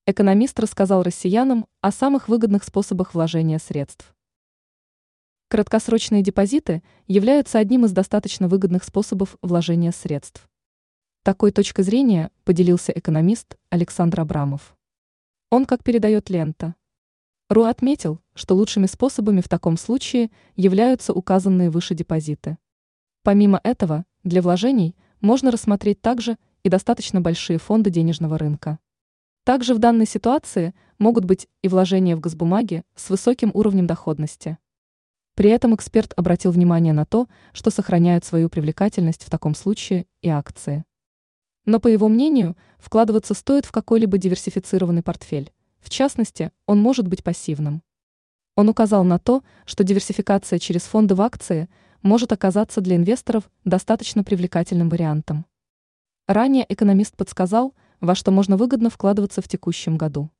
Экономист рассказал россиянам о самых выгодных способах вложения средств. Краткосрочные депозиты являются одним из достаточно выгодных способов вложения средств. Такой точкой зрения поделился экономист Александр Абрамов. Он, как передает Лента.ру, отметил, что лучшими способами в таком случае являются указанные выше депозиты. Помимо этого, для вложений можно рассмотреть также и достаточно большие фонды денежного рынка. Также в данной ситуации могут быть и вложения в госбумаги с высоким уровнем доходности. При этом эксперт обратил внимание на то, что сохраняют свою привлекательность в таком случае и акции. Но, по его мнению, вкладываться стоит в какой-либо диверсифицированный портфель, в частности, он может быть пассивным. Он указал на то, что диверсификация через фонды в акции может оказаться для инвесторов достаточно привлекательным вариантом. Ранее экономист подсказал, во что можно выгодно вкладываться в текущем году.